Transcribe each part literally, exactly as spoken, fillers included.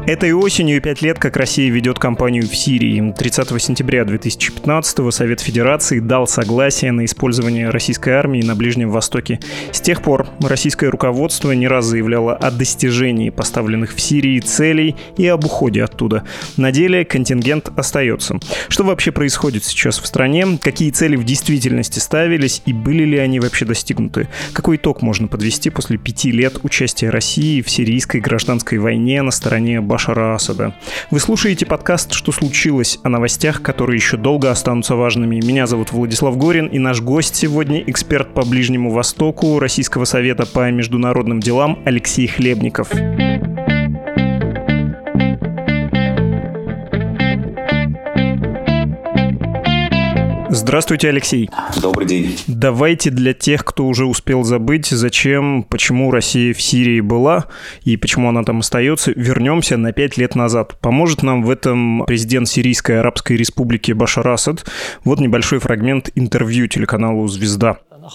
Этой осенью пять лет, как Россия ведет кампанию в Сирии. тридцатого сентября две тысячи пятнадцатого Совет Федерации дал согласие на использование российской армии на Ближнем Востоке. С тех пор российское руководство не раз заявляло о достижении поставленных в Сирии целей и об уходе оттуда. На деле контингент остается. Что вообще происходит сейчас в стране? Какие цели в действительности ставились и были ли они вообще достигнуты? Какой итог можно подвести после пяти лет участия России в сирийской гражданской войне на стороне Башара Асада? Вы слушаете подкаст «Что случилось?» о новостях, которые еще долго останутся важными. Меня зовут Владислав Горин, и наш гость сегодня — эксперт по Ближнему Востоку Российского совета по международным делам Алексей Хлебников. Здравствуйте, Алексей. Добрый день. Давайте для тех, кто уже успел забыть, зачем, почему Россия в Сирии была и почему она там остается, вернемся на пять лет назад. Поможет нам в этом президент Сирийской Арабской Республики Башар Асад. Вот небольшой фрагмент интервью телеканалу «Звезда».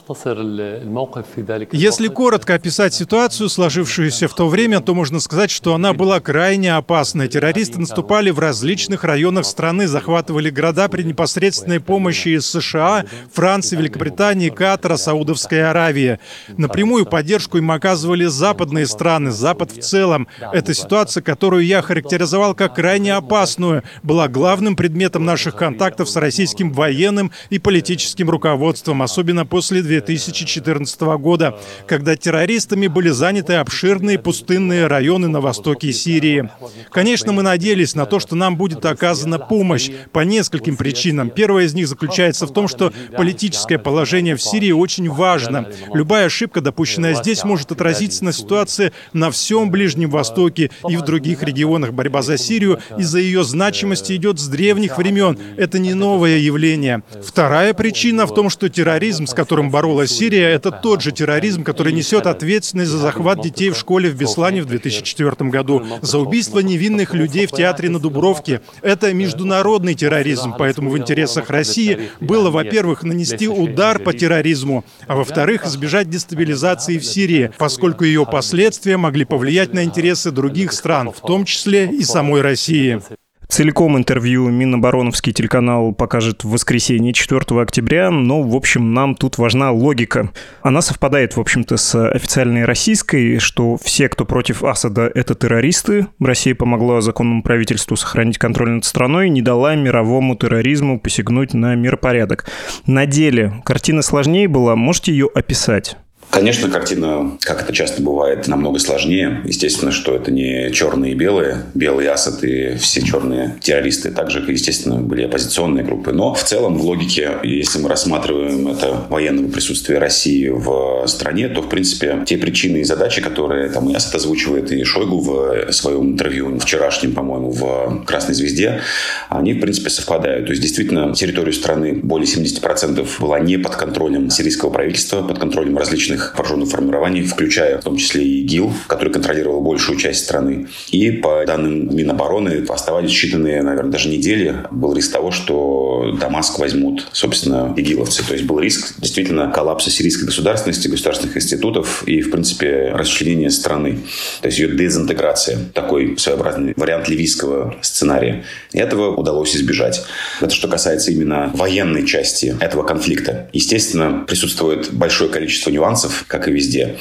Если коротко описать ситуацию, сложившуюся в то время, то можно сказать, что она была крайне опасной. Террористы наступали в различных районах страны, захватывали города при непосредственной помощи из США, Франции, Великобритании, Катара, Саудовской Аравии. Напрямую поддержку им оказывали западные страны, Запад в целом. Эта ситуация, которую я характеризовал как крайне опасную, была главным предметом наших контактов с российским военным и политическим руководством, особенно после две тысячи четырнадцатого года, когда террористами были заняты обширные пустынные районы на востоке Сирии. Конечно, мы надеялись на то, что нам будет оказана помощь по нескольким причинам. Первая из них заключается в том, что политическое положение в Сирии очень важно. Любая ошибка, допущенная здесь, может отразиться на ситуации на всем Ближнем Востоке и в других регионах. Борьба за Сирию из-за ее значимости идет с древних времен. Это не новое явление. Вторая причина в том, что терроризм, с которым боролась Сирия, это тот же терроризм, который несет ответственность за захват детей в школе в Беслане в две тысячи четвёртом году, за убийство невинных людей в театре на Дубровке. Это международный терроризм, поэтому в интересах России было, во-первых, нанести удар по терроризму, а во-вторых, избежать дестабилизации в Сирии, поскольку ее последствия могли повлиять на интересы других стран, в том числе и самой России. Целиком интервью Минобороновский телеканал покажет в воскресенье, четвёртого октября, но, в общем, нам тут важна логика. Она совпадает, в общем-то, с официальной российской, что все, кто против Асада, это террористы. Россия помогла законному правительству сохранить контроль над страной, не дала мировому терроризму посягнуть на миропорядок. На деле картина сложнее была, можете ее описать? Конечно, картина, как это часто бывает, намного сложнее. Естественно, что это не черные и белые. Белый Асад и все черные террористы. Также, естественно, были оппозиционные группы. Но в целом, в логике, если мы рассматриваем это военное присутствие России в стране, то, в принципе, те причины и задачи, которые там и Асад озвучивает, и Шойгу в своем интервью вчерашнем, по-моему, в «Красной звезде», они, в принципе, совпадают. То есть, действительно, территория страны более семьдесят процентов была не под контролем сирийского правительства, под контролем различных вооруженных формирований, включая в том числе и ИГИЛ, который контролировал большую часть страны. И по данным Минобороны оставались считанные, наверное, даже недели. Был риск того, что Дамаск возьмут, собственно, игиловцы. То есть был риск действительно коллапса сирийской государственности, государственных институтов и, в принципе, расчленения страны. То есть ее дезинтеграция. Такой своеобразный вариант ливийского сценария. И этого удалось избежать. Это что касается именно военной части этого конфликта. Естественно, присутствует большое количество нюансов, как и везде.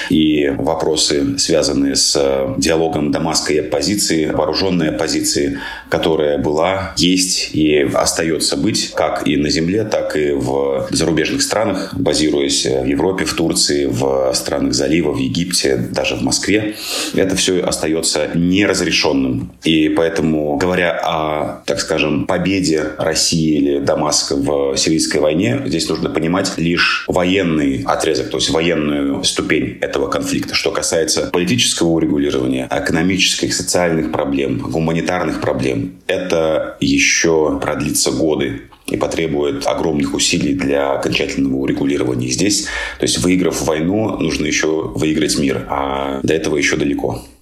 И вопросы, связанные с диалогом Дамаска и оппозиции, вооруженной оппозиции, которая была, есть и остается быть как и на земле, так и в зарубежных странах, базируясь в Европе, в Турции, в странах залива, в Египте, даже в Москве. Это все остается неразрешенным. И поэтому, говоря о, так скажем, победе России или Дамаска в сирийской войне, здесь нужно понимать лишь военный отрезок, то есть военную ступень этого конфликта. Что касается политического урегулирования, экономических, социальных проблем, гуманитарных проблем, это еще продлится годы и потребует огромных усилий для окончательного урегулирования. Здесь, то есть, выиграв войну, нужно еще выиграть мир, а до этого еще далеко.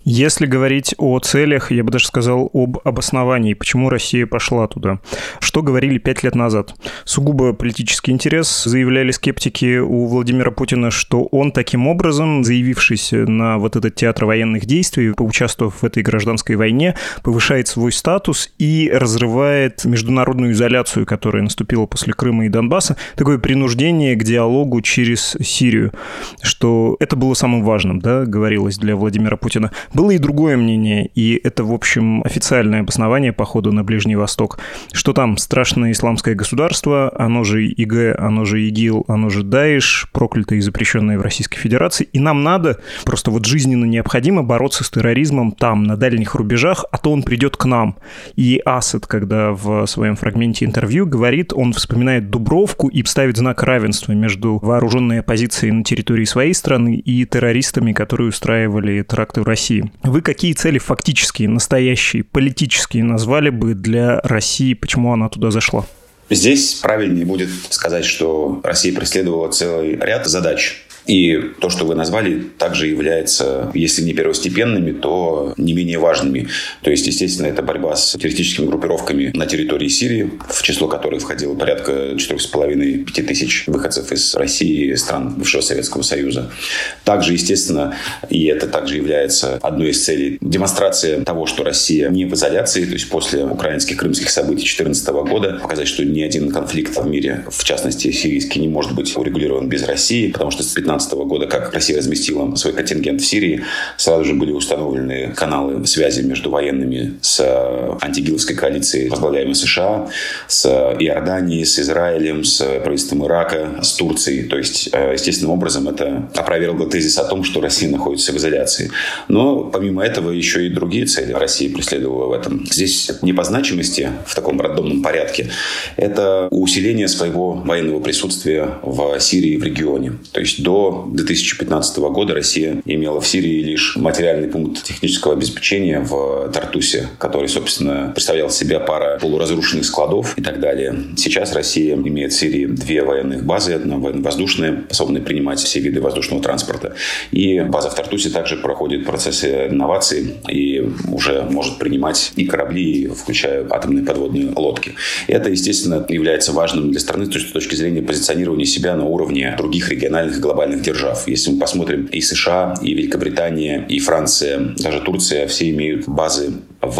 Если говорить о целях, я бы даже сказал об обосновании, почему Россия пошла туда. Что говорили пять лет назад? Сугубо политический интерес. Заявляли скептики у Владимира Путина, что он таким образом, заявившись на вот этот театр военных действий, поучаствовав в этой гражданской войне, повышает свой статус и разрывает международную изоляцию, которая наступила после Крыма и Донбасса, такое принуждение к диалогу через Сирию, что это было самым важным, да, говорилось для Владимира Путина. Было и другое мнение, и это, в общем, официальное обоснование похода на Ближний Восток, что там страшное исламское государство, оно же ИГ, оно же ИГИЛ, оно же Даиш, проклятое и запрещенное в Российской Федерации, и нам надо, просто вот жизненно необходимо бороться с терроризмом там, на дальних рубежах, а то он придет к нам. И Асад, когда в своем фрагменте интервью говорит, он вспоминает Дубровку и ставит знак равенства между вооруженной оппозицией на территории своей страны и террористами, которые устраивали теракты в России. Вы какие цели фактические, настоящие, политические назвали бы для России, почему она туда зашла? Здесь правильнее будет сказать, что Россия преследовала целый ряд задач. И то, что вы назвали, также является, если не первостепенными, то не менее важными. То есть, естественно, это борьба с террористическими группировками на территории Сирии, в число которых входило порядка четыре с половиной - пять тысяч выходцев из России и стран бывшего Советского Союза. Также, естественно, и это также является одной из целей, демонстрация того, что Россия не в изоляции, то есть после украинских крымских событий две тысячи четырнадцатого года, показать, что ни один конфликт в мире, в частности сирийский, не может быть урегулирован без России, потому что с две тысячи пятнадцатого года, как Россия разместила свой контингент в Сирии, сразу же были установлены каналы связи между военными с антигиловской коалицией, возглавляемой США, с Иорданией, с Израилем, с правительством Ирака, с Турцией. То есть, естественным образом, это опровергло тезис о том, что Россия находится в изоляции. Но, помимо этого, еще и другие цели Россия преследовала в этом. Здесь не по значимости, в таком рандомном порядке, это усиление своего военного присутствия в Сирии и в регионе. То есть, до две тысячи пятнадцатого года Россия имела в Сирии лишь материальный пункт технического обеспечения в Тартусе, который, собственно, представлял из себя пара полуразрушенных складов и так далее. Сейчас Россия имеет в Сирии две военных базы. Одна военно-воздушная, способная принимать все виды воздушного транспорта. И база в Тартусе также проходит процессы инноваций и уже может принимать и корабли, включая атомные подводные лодки. Это, естественно, является важным для страны с точки зрения позиционирования себя на уровне других региональных и глобальных держав. Если мы посмотрим, и США, и Великобритания, и Франция, даже Турция, все имеют базы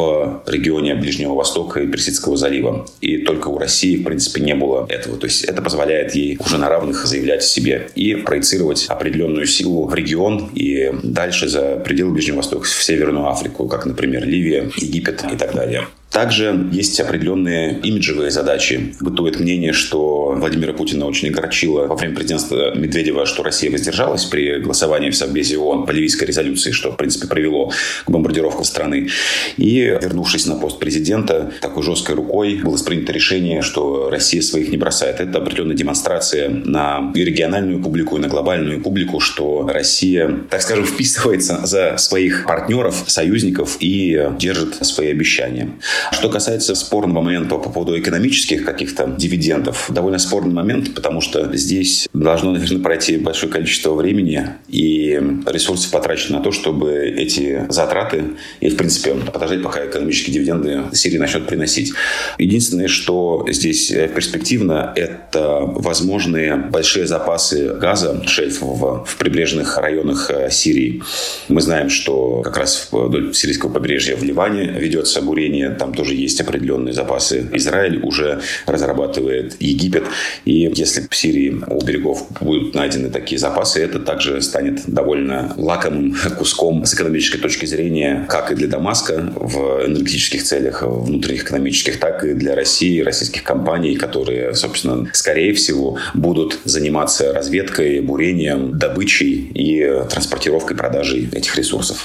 в регионе Ближнего Востока и Персидского залива. И только у России, в принципе, не было этого. То есть это позволяет ей уже на равных заявлять о себе и проецировать определенную силу в регион и дальше за пределы Ближнего Востока, в Северную Африку, как, например, Ливия, Египет и так далее. Также есть определенные имиджевые задачи. Бытует мнение, что Владимира Путина очень огорчило во время президентства Медведева, что Россия воздержалась при голосовании в Совбезе ООН по ливийской резолюции, что, в принципе, привело к бомбардировкам страны. И, вернувшись на пост президента, такой жесткой рукой было принято решение, что Россия своих не бросает. Это определенная демонстрация на и региональную публику, и на глобальную публику, что Россия, так скажем, вписывается за своих партнеров, союзников и держит свои обещания. Что касается спорного момента по поводу экономических каких-то дивидендов, довольно спорный момент, потому что здесь должно, наверное, пройти большое количество времени и ресурсов потрачено на то, чтобы эти затраты и, в принципе, подождать, пока экономические дивиденды Сирии начнет приносить. Единственное, что здесь перспективно, это возможные большие запасы газа, шельфового, в прибрежных районах Сирии. Мы знаем, что как раз вдоль сирийского побережья в Ливане ведется бурение, там тоже есть определенные запасы. Израиль уже разрабатывает, Египет. И если в Сирии у берегов будут найдены такие запасы, это также станет довольно лакомым куском с экономической точки зрения, как и для Дамаска в энергетических целях, внутренних экономических, так и для России, российских компаний, которые, собственно, скорее всего, будут заниматься разведкой, бурением, добычей и транспортировкой, продажей этих ресурсов.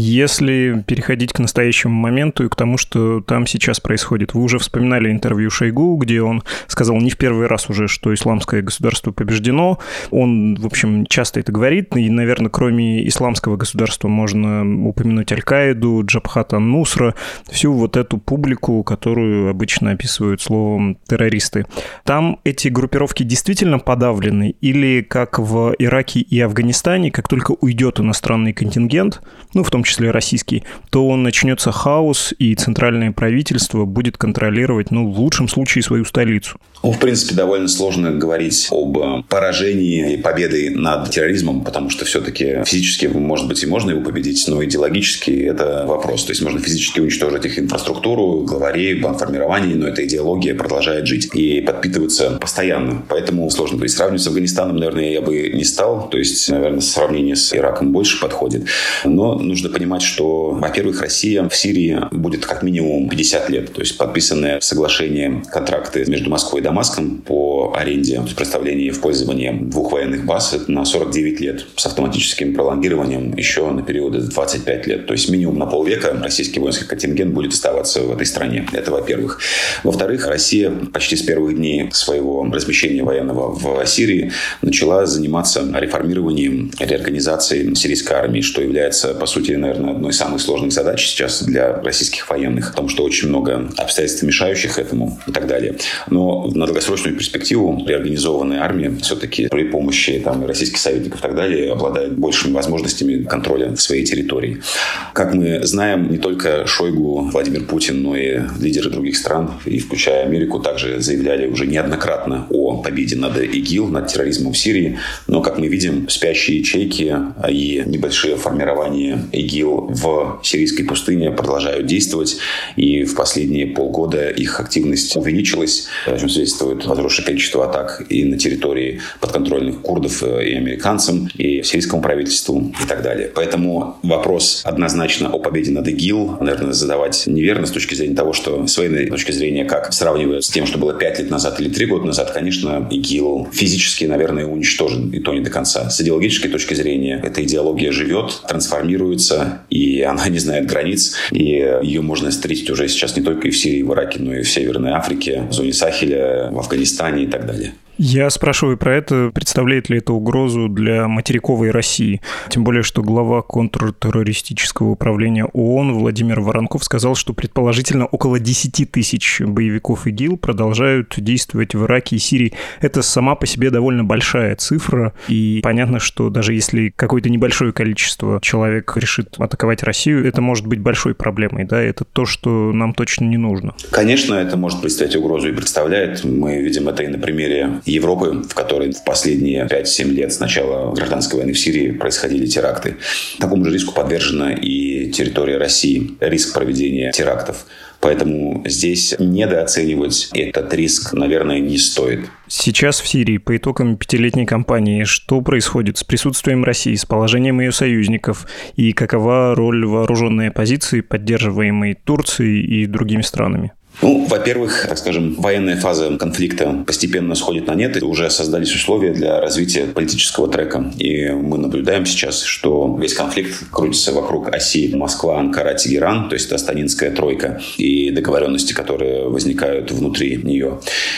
Если переходить к настоящему моменту и к тому, что там сейчас происходит. Вы уже вспоминали интервью Шойгу, где он сказал не в первый раз уже, что исламское государство побеждено. Он, в общем, часто это говорит. И, наверное, кроме исламского государства можно упомянуть Аль-Каиду, Джабхат ан-Нусра, всю вот эту публику, которую обычно описывают словом террористы. Там эти группировки действительно подавлены? Или, как в Ираке и Афганистане, как только уйдет иностранный контингент, ну, в том том числе российский, то начнется хаос, и центральное правительство будет контролировать, ну, в лучшем случае, свою столицу. Ну, в принципе, довольно сложно говорить об поражении и победе над терроризмом, потому что все-таки физически, может быть, и можно его победить, но идеологически это вопрос. То есть можно физически уничтожить их инфраструктуру, главарей, бандформирование, но эта идеология продолжает жить и подпитываться постоянно. Поэтому сложно говорить. Сравнивать с Афганистаном, наверное, я бы не стал. То есть, наверное, сравнение с Ираком больше подходит. Но нужно понимать, что, во-первых, Россия в Сирии будет как минимум пятьдесят лет. То есть подписанное соглашение, контракты между Москвой и Дамаском по аренде, то есть представлении в пользование двух военных баз, это на сорок девять лет. С автоматическим пролонгированием еще на периоды двадцать пять лет. То есть минимум на полвека российский воинский контингент будет оставаться в этой стране. Это во-первых. Во-вторых, Россия почти с первых дней своего размещения военного в Сирии начала заниматься реформированием, реорганизацией сирийской армии, что является, по сути, наверное, одной из самых сложных задач сейчас для российских военных, потому что очень много обстоятельств, мешающих этому и так далее. Но на долгосрочную перспективу реорганизованная армия все-таки при помощи там, российских советников и так далее обладает большими возможностями контроля в своей территории. Как мы знаем, не только Шойгу, Владимир Путин, но и лидеры других стран, и включая Америку, также заявляли уже неоднократно о победе над ИГИЛ, над терроризмом в Сирии. Но, как мы видим, спящие ячейки и небольшие формирования ИГИЛ в сирийской пустыне продолжают действовать. И в последние полгода их активность увеличилась, о чем свидетельствует возросшее количество атак и на территории подконтрольных курдов и американцам, и сирийскому правительству и так далее. Поэтому вопрос однозначно о победе над ИГИЛ, наверное, задавать неверно с точки зрения того, что с военной точки зрения, как сравнивая с тем, что было пять лет назад или три года назад, конечно, ИГИЛ физически, наверное, уничтожен, и то не до конца. С идеологической точки зрения эта идеология живет, трансформируется, и она не знает границ, и ее можно встретить уже сейчас не только и в Сирии, и в Ираке, но и в Северной Африке, в зоне Сахеля, в Афганистане и так далее. Я спрашиваю про это, представляет ли это угрозу для материковой России. Тем более, что глава контртеррористического управления ООН Владимир Воронков сказал, что предположительно около десять тысяч боевиков ИГИЛ продолжают действовать в Ираке и Сирии. Это сама по себе довольно большая цифра. И понятно, что даже если какое-то небольшое количество человек решит атаковать Россию, это может быть большой проблемой. Да? Это то, что нам точно не нужно. Конечно, это может представить угрозу и представляет. Мы видим это и на примере Европы, в которой в последние пять-семь лет с начала гражданской войны в Сирии происходили теракты. Такому же риску подвержена и территория России. Риск проведения терактов. Поэтому здесь недооценивать этот риск, наверное, не стоит. Сейчас в Сирии по итогам пятилетней кампании что происходит с присутствием России, с положением ее союзников и какова роль вооруженной оппозиции, поддерживаемой Турцией и другими странами? Ну, во-первых, так скажем, военная фаза конфликта постепенно сходит на нет, и уже создались условия для развития политического трека. И мы наблюдаем сейчас, что весь конфликт крутится вокруг оси Москва, Анкара, Тегеран, то есть это Астанинская тройка, и договоренности, которые возникают внутри нее.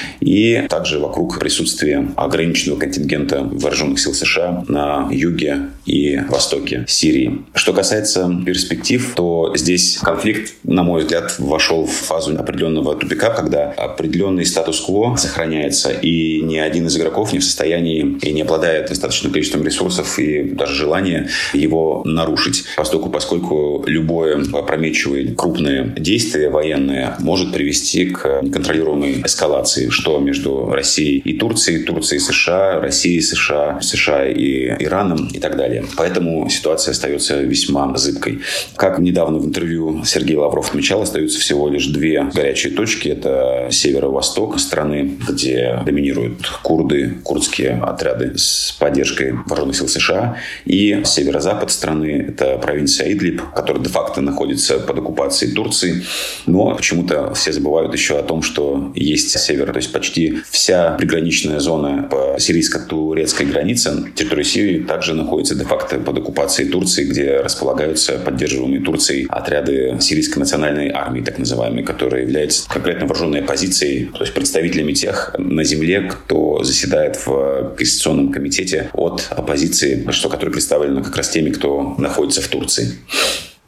И также вокруг присутствия ограниченного контингента вооруженных сил США на юге и востоке Сирии. Что касается перспектив, то здесь конфликт, на мой взгляд, вошел в фазу определенного тупика, когда определенный статус-кво сохраняется, и ни один из игроков не в состоянии и не обладает достаточным количеством ресурсов и даже желания его нарушить. Поскольку, поскольку любое опрометчивое крупное действие военное может привести к неконтролируемой эскалации, что между Россией и Турцией, Турцией и США, Россией и США, США и Ираном и так далее. Поэтому ситуация остается весьма зыбкой. Как недавно в интервью Сергей Лавров отмечал, остаются всего лишь две горячие точки. Это северо-восток страны, где доминируют курды, курдские отряды с поддержкой вооруженных сил США. И северо-запад страны, это провинция Идлиб, которая де-факто находится под оккупацией Турции. Но почему-то все забывают еще о том, что есть север. То есть почти вся приграничная зона по сирийско-турецкой границе, территория Сирии, также находится де-факто под оккупацией Турции, где располагаются поддерживаемые Турцией отряды сирийской национальной армии, так называемые, которые являются конкретно вооруженной оппозицией, то есть представителями тех на земле, кто заседает в Конституционном комитете от оппозиции, что который представлено как раз теми, кто находится в Турции.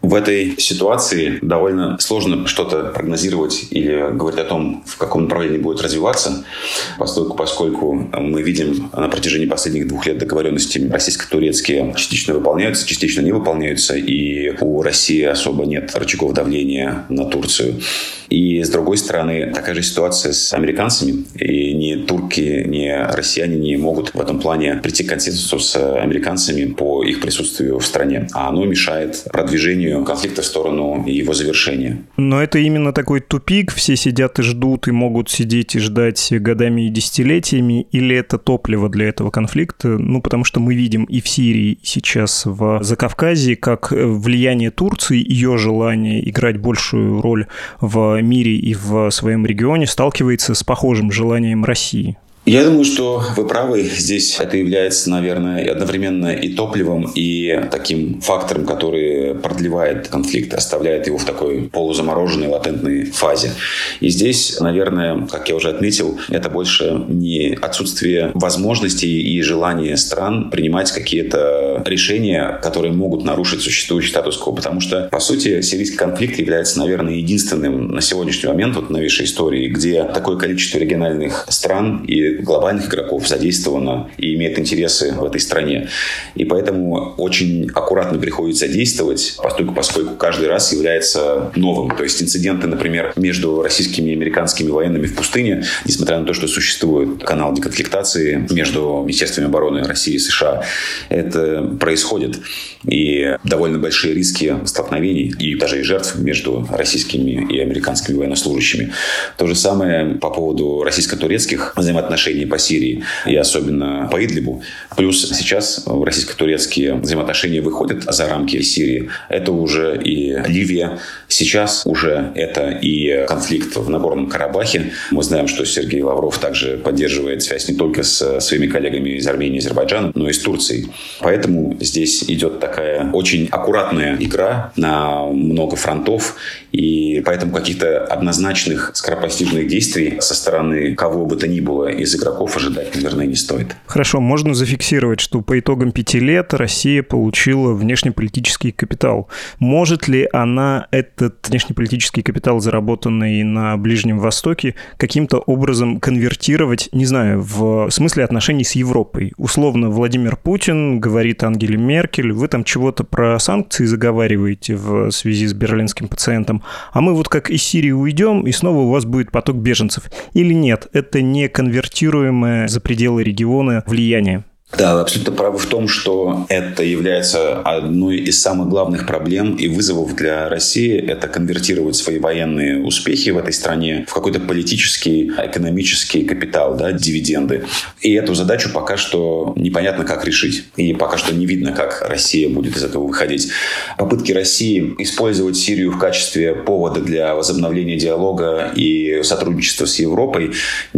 В этой ситуации довольно сложно что-то прогнозировать или говорить о том, в каком направлении будет развиваться, поскольку, поскольку мы видим на протяжении последних двух лет договоренности российско-турецкие частично выполняются, частично не выполняются, и у России особо нет рычагов давления на Турцию. И, с другой стороны, такая же ситуация с американцами. И ни турки, ни россияне не могут в этом плане прийти к консенсусу с американцами по их присутствию в стране. А оно мешает продвижению конфликта в сторону его завершения. Но это именно такой тупик. Все сидят и ждут, и могут сидеть и ждать годами и десятилетиями. Или это топливо для этого конфликта? Ну, потому что мы видим и в Сирии, и сейчас в Закавказье, как влияние Турции, ее желание играть большую роль в мире и в своем регионе сталкивается с похожим желанием России. Я думаю, что вы правы. Здесь это является, наверное, одновременно и топливом, и таким фактором, который продлевает конфликт, оставляет его в такой полузамороженной, латентной фазе. И здесь, наверное, как я уже отметил, это больше не отсутствие возможностей и желания стран принимать какие-то решения, которые могут нарушить существующий статус-кво. Потому что, по сути, сирийский конфликт является, наверное, единственным на сегодняшний момент, вот в новейшей истории, где такое количество региональных стран и глобальных игроков задействовано и имеет интересы в этой стране. И поэтому очень аккуратно приходится действовать, поскольку, поскольку каждый раз является новым. То есть инциденты, например, между российскими и американскими военными в пустыне, несмотря на то, что существует канал деконфликтации между Министерствами обороны России и США, это происходит. И довольно большие риски столкновений и даже и жертв между российскими и американскими военнослужащими. То же самое по поводу российско-турецких взаимоотношений по Сирии и особенно по Идлибу. Плюс сейчас российско-турецкие взаимоотношения выходят за рамки Сирии. Это уже и Ливия. Сейчас уже это и конфликт в Нагорном Карабахе. Мы знаем, что Сергей Лавров также поддерживает связь не только с своими коллегами из Армении и Азербайджана, но и с Турцией. Поэтому здесь идет такая очень аккуратная игра на много фронтов. И поэтому каких-то однозначных скоропостижных действий со стороны кого бы то ни было из игроков ожидать, наверное, не стоит. Хорошо, можно зафиксировать, что по итогам пяти лет Россия получила внешнеполитический капитал. Может ли она этот внешнеполитический капитал, заработанный на Ближнем Востоке, каким-то образом конвертировать, не знаю, в смысле отношений с Европой? Условно, Владимир Путин говорит Ангеле Меркель, вы там чего-то про санкции заговариваете в связи с берлинским пациентом, а мы вот как из Сирии уйдем, и снова у вас будет поток беженцев. Или нет, это не конвертируемое за пределы региона влияние? Да, вы абсолютно правы в том, что это является одной из самых главных проблем и вызовов для России. Это конвертировать свои военные успехи в этой стране в какой-то политический, экономический капитал, да, дивиденды. И эту задачу пока что непонятно, как решить. И пока что не видно, как Россия будет из этого выходить. Попытки России использовать Сирию в качестве повода для возобновления диалога и сотрудничества с Европой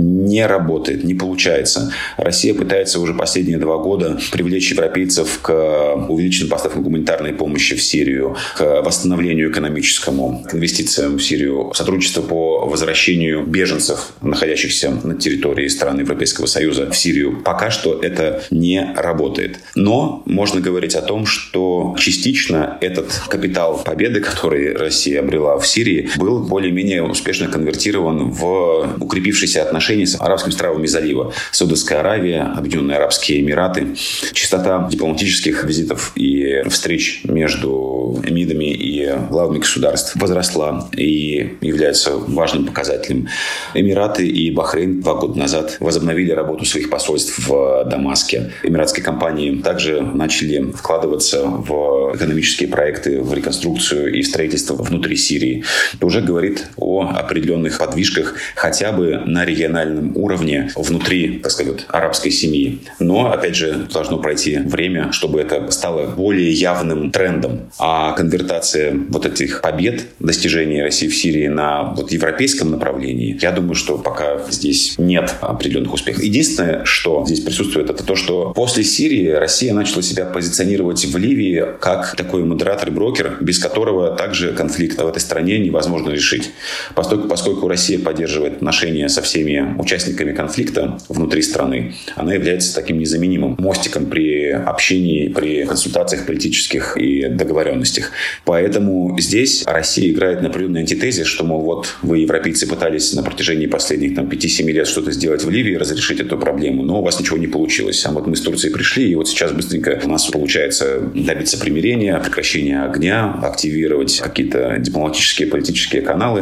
не работает, не получается. Россия пытается уже последние два года привлечь европейцев к увеличенным поставкам гуманитарной помощи в Сирию, к восстановлению экономическому, к инвестициям в Сирию, сотрудничество по возвращению беженцев, находящихся на территории стран Европейского Союза, в Сирию. Пока что это не работает. Но можно говорить о том, что частично этот капитал победы, который Россия обрела в Сирии, был более-менее успешно конвертирован в укрепившиеся отношения с арабскими странами залива. Саудовская Аравия, Объединенные Арабские Эмираты. Частота дипломатических визитов и встреч между эмидами и главами государств возросла и является важным показателем. Эмираты и Бахрейн два года назад возобновили работу своих посольств в Дамаске. Эмиратские компании также начали вкладываться в экономические проекты, в реконструкцию и в строительство внутри Сирии. Это уже говорит о определенных подвижках хотя бы на региональном уровне внутри, так сказать, арабской семьи. Но, опять же, должно пройти время, чтобы это стало более явным трендом. А конвертация вот этих побед, достижений России в Сирии на вот европейском направлении, я думаю, что пока здесь нет определенных успехов. Единственное, что здесь присутствует, это то, что после Сирии Россия начала себя позиционировать в Ливии как такой модератор и брокер, без которого также конфликт в этой стране невозможно решить. Поскольку, поскольку Россия поддерживает отношения со всеми участниками конфликта внутри страны, она является таким незаменимым незаменимым мостиком при общении, при консультациях политических и договоренностях. Поэтому здесь Россия играет на определенной антитезе, что, мол, вот вы, европейцы, пытались на протяжении последних там, пяти-семи лет что-то сделать в Ливии, разрешить эту проблему, но у вас ничего не получилось. А вот мы с Турцией пришли, и вот сейчас быстренько у нас получается добиться примирения, прекращения огня, активировать какие-то дипломатические, политические каналы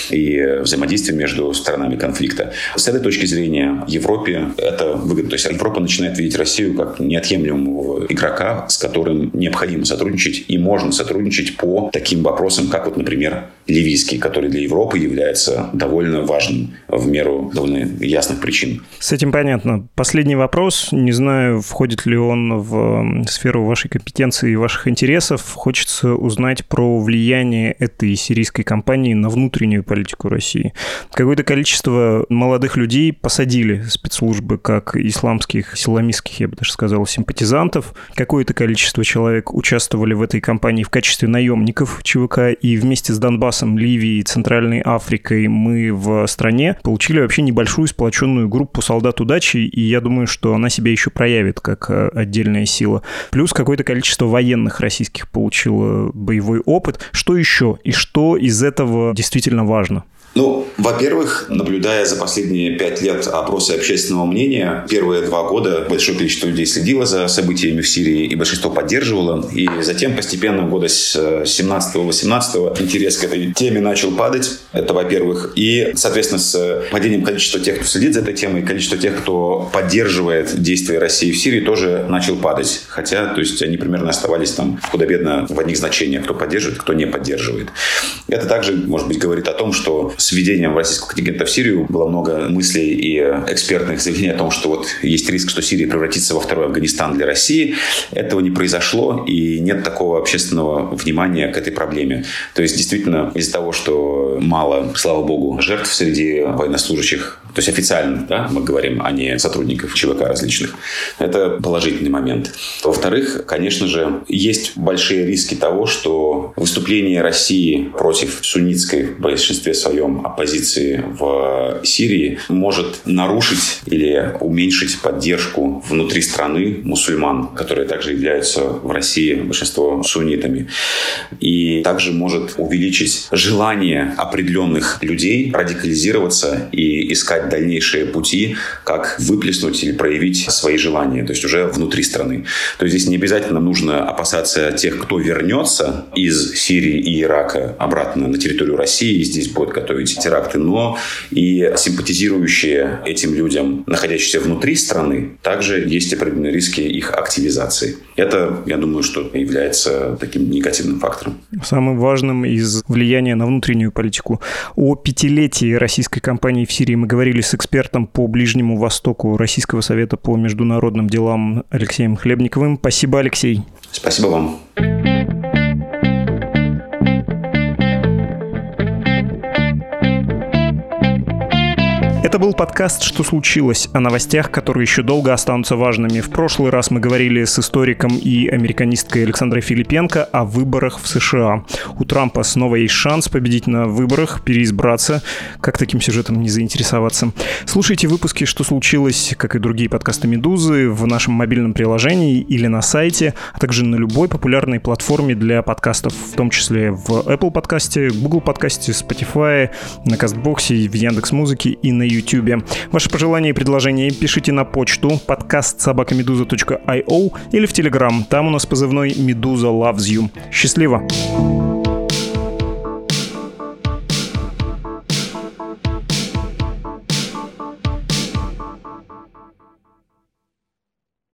и взаимодействие между сторонами конфликта. С этой точки зрения Европе это выгодно. То есть Европа начинает видеть Россию как неотъемлемого игрока, с которым необходимо сотрудничать, и можно сотрудничать по таким вопросам, как вот, например, ливийский, который для Европы является довольно важным в меру довольно ясных причин. С этим понятно. Последний вопрос. Не знаю, входит ли он в сферу вашей компетенции и ваших интересов. Хочется узнать про влияние этой сирийской кампании на внутреннюю политику России. Какое-то количество молодых людей посадили спецслужбы, как исламских, исламистских, я бы даже сказал, симпатизантов. Какое-то количество человек участвовали в этой кампании в качестве наемников ЧВК, и вместе с Донбассом, Ливией, Центральной Африкой мы в стране получили вообще небольшую сплоченную группу солдат удачи, и я думаю, что она себя еще проявит как отдельная сила. Плюс какое-то количество военных российских получило боевой опыт. Что еще? И что из этого действительно важно? Ну, во-первых, наблюдая за последние пять лет опросы общественного мнения, первые два года большое количество людей следило за событиями в Сирии, и большинство поддерживало. И затем постепенно года с семнадцатого-восемнадцатого интерес к этой теме начал падать. Это, во-первых. И, соответственно, с падением количества тех, кто следит за этой темой, количество тех, кто поддерживает действия России в Сирии, тоже начал падать. Хотя, то есть, они примерно оставались там худо-бедно в одних значениях, кто поддерживает, кто не поддерживает. Это также, может быть, говорит о том, что с введением российского контингента в Сирию было много мыслей и экспертных заявлений о том, что вот есть риск, что Сирия превратится во второй Афганистан для России. Этого не произошло, и нет такого общественного внимания к этой проблеме. То есть, действительно, из-за того, что мало, слава богу, жертв среди военнослужащих, то есть официально, да, мы говорим, а не сотрудников ЧВК различных, это положительный момент. Во-вторых, конечно же, есть большие риски того, что выступление России против суннитской в большинстве своем оппозиции в Сирии может нарушить или уменьшить поддержку внутри страны мусульман, которые также являются в России большинство суннитами. И также может увеличить желание определенных людей радикализироваться и искать дальнейшие пути, как выплеснуть или проявить свои желания, то есть уже внутри страны. То есть здесь не обязательно нужно опасаться тех, кто вернется из Сирии и Ирака обратно на территорию России и здесь будет готовить теракты, но и симпатизирующие этим людям, находящиеся внутри страны, также есть определенные риски их активизации. Это, я думаю, что является таким негативным фактором. Самым важным из влияния на внутреннюю политику. О пятилетии российской кампании в Сирии мы говорили с экспертом по Ближнему Востоку Российского совета по международным делам Алексеем Хлебниковым. Спасибо, Алексей. Спасибо вам. Это был подкаст «Что случилось?» о новостях, которые еще долго останутся важными. В прошлый раз мы говорили с историком и американисткой Александрой Филипенко о выборах в США. У Трампа снова есть шанс победить на выборах, переизбраться. Как таким сюжетом не заинтересоваться? Слушайте выпуски «Что случилось?», как и другие подкасты «Медузы» в нашем мобильном приложении или на сайте, а также на любой популярной платформе для подкастов, в том числе в Apple подкасте, Google подкасте, Spotify, на Кастбоксе, в Яндекс.Музыке и на YouTube. Ваши пожелания и предложения пишите на почту подкаст собака медуза точка ай о или в Telegram. Там у нас позывной «Медуза loves you». Счастливо!